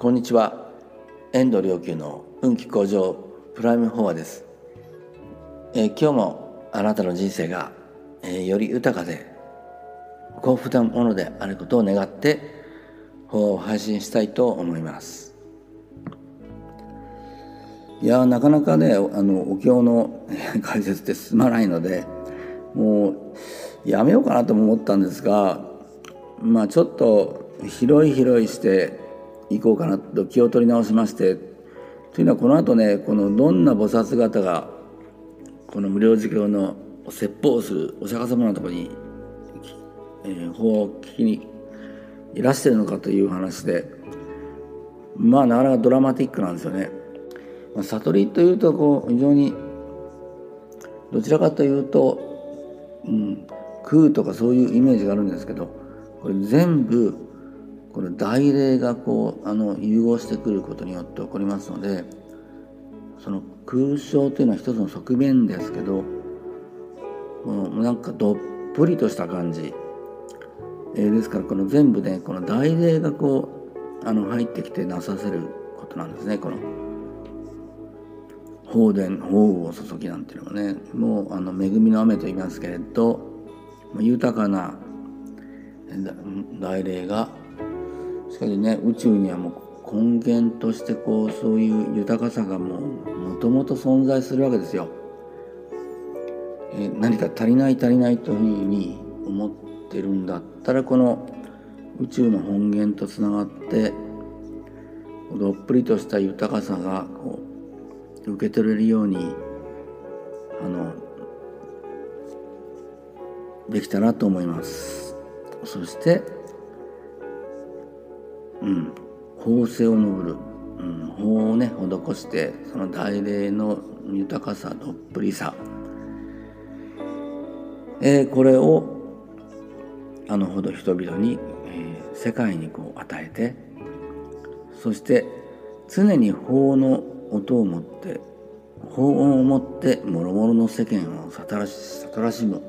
こんにちは。遠藤良久の運気向上プライムフォアです。今日もあなたの人生が、より豊かで幸福なものであることを願って配信したいと思います。いやなかなかねお経の解説って進まないので、もうやめようかなとも思ったんですが、ちょっと広いしていこうかなと気を取り直しまして、というのはこの後ね、このどんな菩薩方がこの無料授業の説法をするお釈迦様のところに、法を聞きにいらしているのかという話で、なかなかドラマティックなんですよね。悟りというと非常にどちらかというと、空とかそういうイメージがあるんですけど、これ全部この大霊が融合してくることによって起こりますので、その空性というのは一つの側面ですけど、なんかどっぷりとした感じ、ですからこの全部ね、この大霊が入ってきてなさせることなんですね。この法雨を注ぎなんていうのはね、もう恵みの雨と言いますけれど、豊かな大霊が、しかしね、宇宙にはもう根源としてそういう豊かさがもともと存在するわけですよ。何か足りないというふうに思ってるんだったら、この宇宙の本源とつながってどっぷりとした豊かさが受け取れるようにできたらと思います。そして法制を登る、法をね施して、その大霊の豊かさ、どっぷりさ、これをほど人々に、世界に与えて、そして常に法の音を持って、法音を持って諸々の世間を悟らしむ。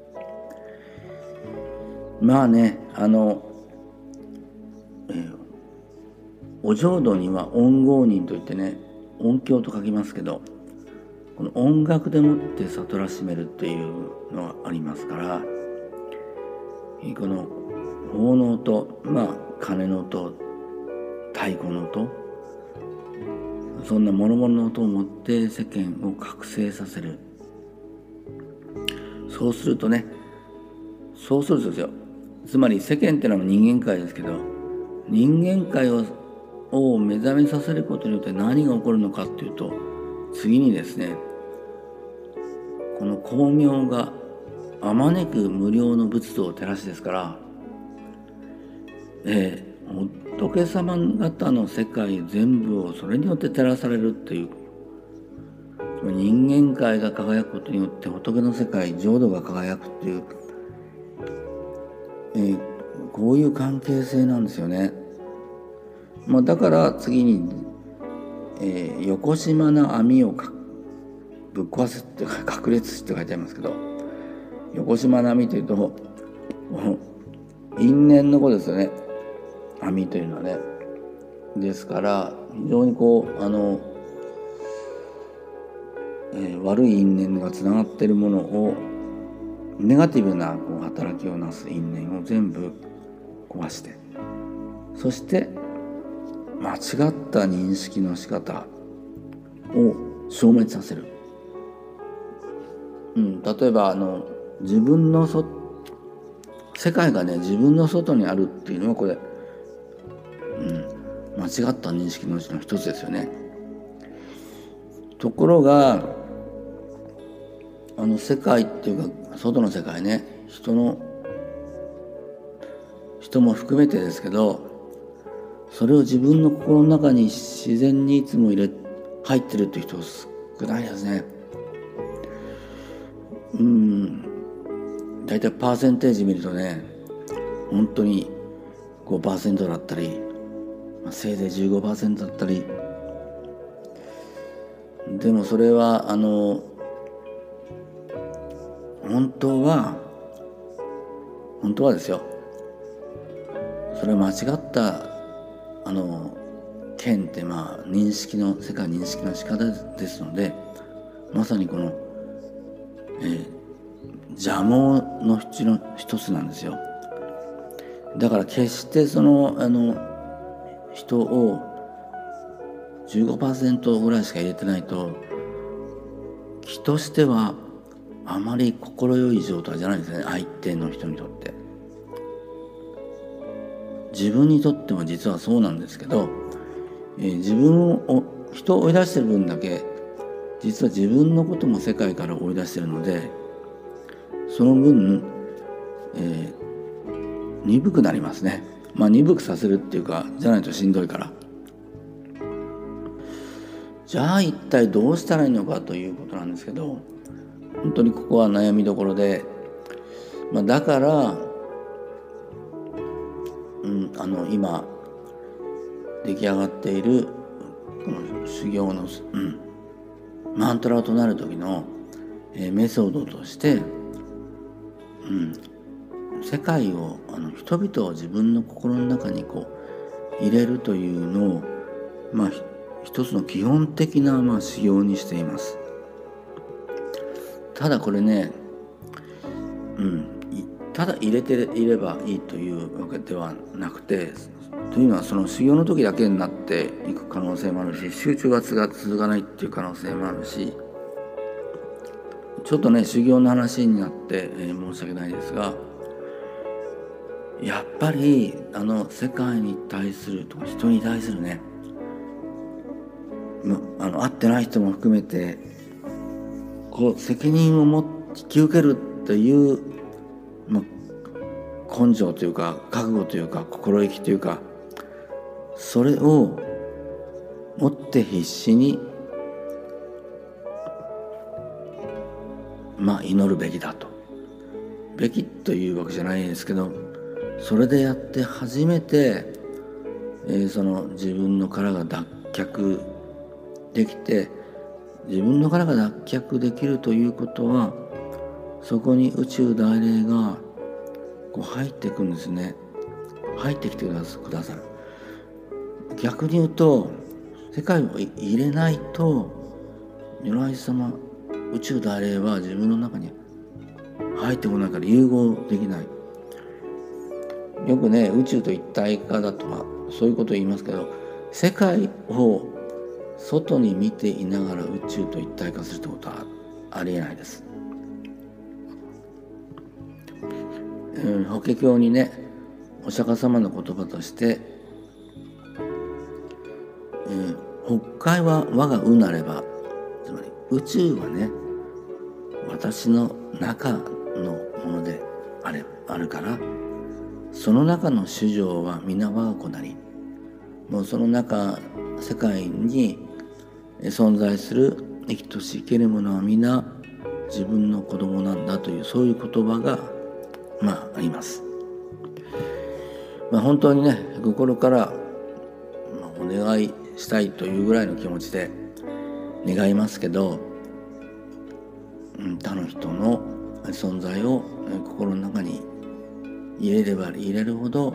お浄土には音号人といってね、音響と書きますけど、この音楽でもって悟らしめるっていうのがありますから、この法の音、鐘の音、太鼓の音、そんな諸々の音を持って世間を覚醒させる。そうするとですよ。つまり世間っていうのは人間界ですけど、人間界を目覚めさせることによって何が起こるのかっていうと、次にですね、この光明があまねく無料の仏道を照らしですから、仏様方の世界全部をそれによって照らされるっていう、人間界が輝くことによって仏の世界、浄土が輝くっていう、こういう関係性なんですよね。だから次に、よこしまな網をぶっ壊すって確裂って書いてありますけど、よこしまな網というと因縁のことですよね。網というのはね。ですから非常に悪い因縁がつながっているものを、ネガティブな働きをなす因縁を全部壊して、そして間違った認識の仕方を消滅させる。例えば自分の世界がね、自分の外にあるっていうのはこれ、間違った認識のうちの一つですよね。ところが世界っていうか外の世界ね、人も含めてですけど、それを自分の心の中に自然にいつも入ってるっていう人少ないですね。だいたいパーセンテージ見るとね、本当に 5% だったり、せいぜい 15% だったり、でもそれは本当はですよ、それは間違った見って世界認識の仕方ですので、まさにこの、邪魔の一つなんですよ。だから決してその人を 15% ぐらいしか入れてないと、気としてはあまり心よい状態じゃないですね。相手の人にとって、自分にとっても実はそうなんですけど、人を追い出してる分だけ実は自分のことも世界から追い出してるので、その分、鈍くなりますね。鈍くさせるっていうか、じゃないとしんどいから。じゃあ一体どうしたらいいのかということなんですけど、本当にここは悩みどころで、だから今出来上がっているこの修行の、マントラを唱える時の、メソッドとして、世界を人々を自分の心の中に入れるというのを、一つの基本的な修行にしています。ただこれね、ただ入れていればいいというわけではなくて、というのはその修行の時だけになっていく可能性もあるし、集中が続かないっていう可能性もあるし、ちょっとね修行の話になって、申し訳ないですが、やっぱり世界に対するとか人に対するね、会ってない人も含めて責任を引き受けるという、根性というか覚悟というか心意気というか、それを持って必死に祈るべきだと。べきというわけじゃないですけど、それでやって初めて、その自分の殻が脱却できて、自分の殻が脱却できるということは、そこに宇宙大霊が入っていくんですね。入ってきてくださる。逆に言うと、世界を入れないと如来様、宇宙大霊は自分の中に入ってこないから融合できない。よくね、宇宙と一体化だとかそういうことを言いますけど、世界を外に見ていながら宇宙と一体化するってことはありえないです。法華経にね、お釈迦様の言葉として、北海は我がうなれば、つまり宇宙はね、私の中のものであるから、その中の衆生は皆我が子なり、もうその中、世界に存在する生きとし生けるものは皆自分の子供なんだという、そういう言葉があります。本当にね、心からお願いしたいというぐらいの気持ちで願いますけど、他の人の存在を心の中に入れれば入れるほど、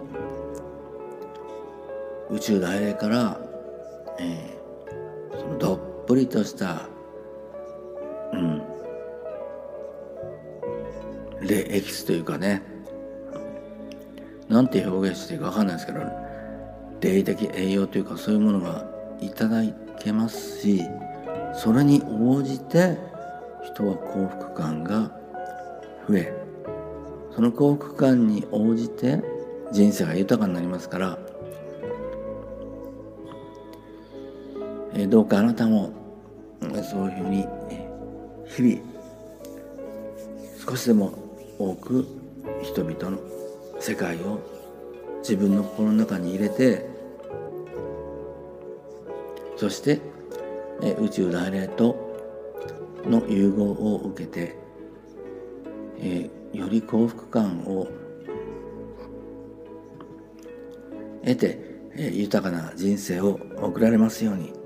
宇宙大霊から、そのどっぷりとした、霊エキスというかね、なんて表現していいか分かんないですけど、霊的栄養というかそういうものがいただけますし、それに応じて人は幸福感が増え、その幸福感に応じて人生が豊かになりますから、どうかあなたもそういうふうに日々少しでも多く人々の世界を自分の心の中に入れて、そして宇宙大霊との融合を受けて、より幸福感を得て、豊かな人生を送られますように。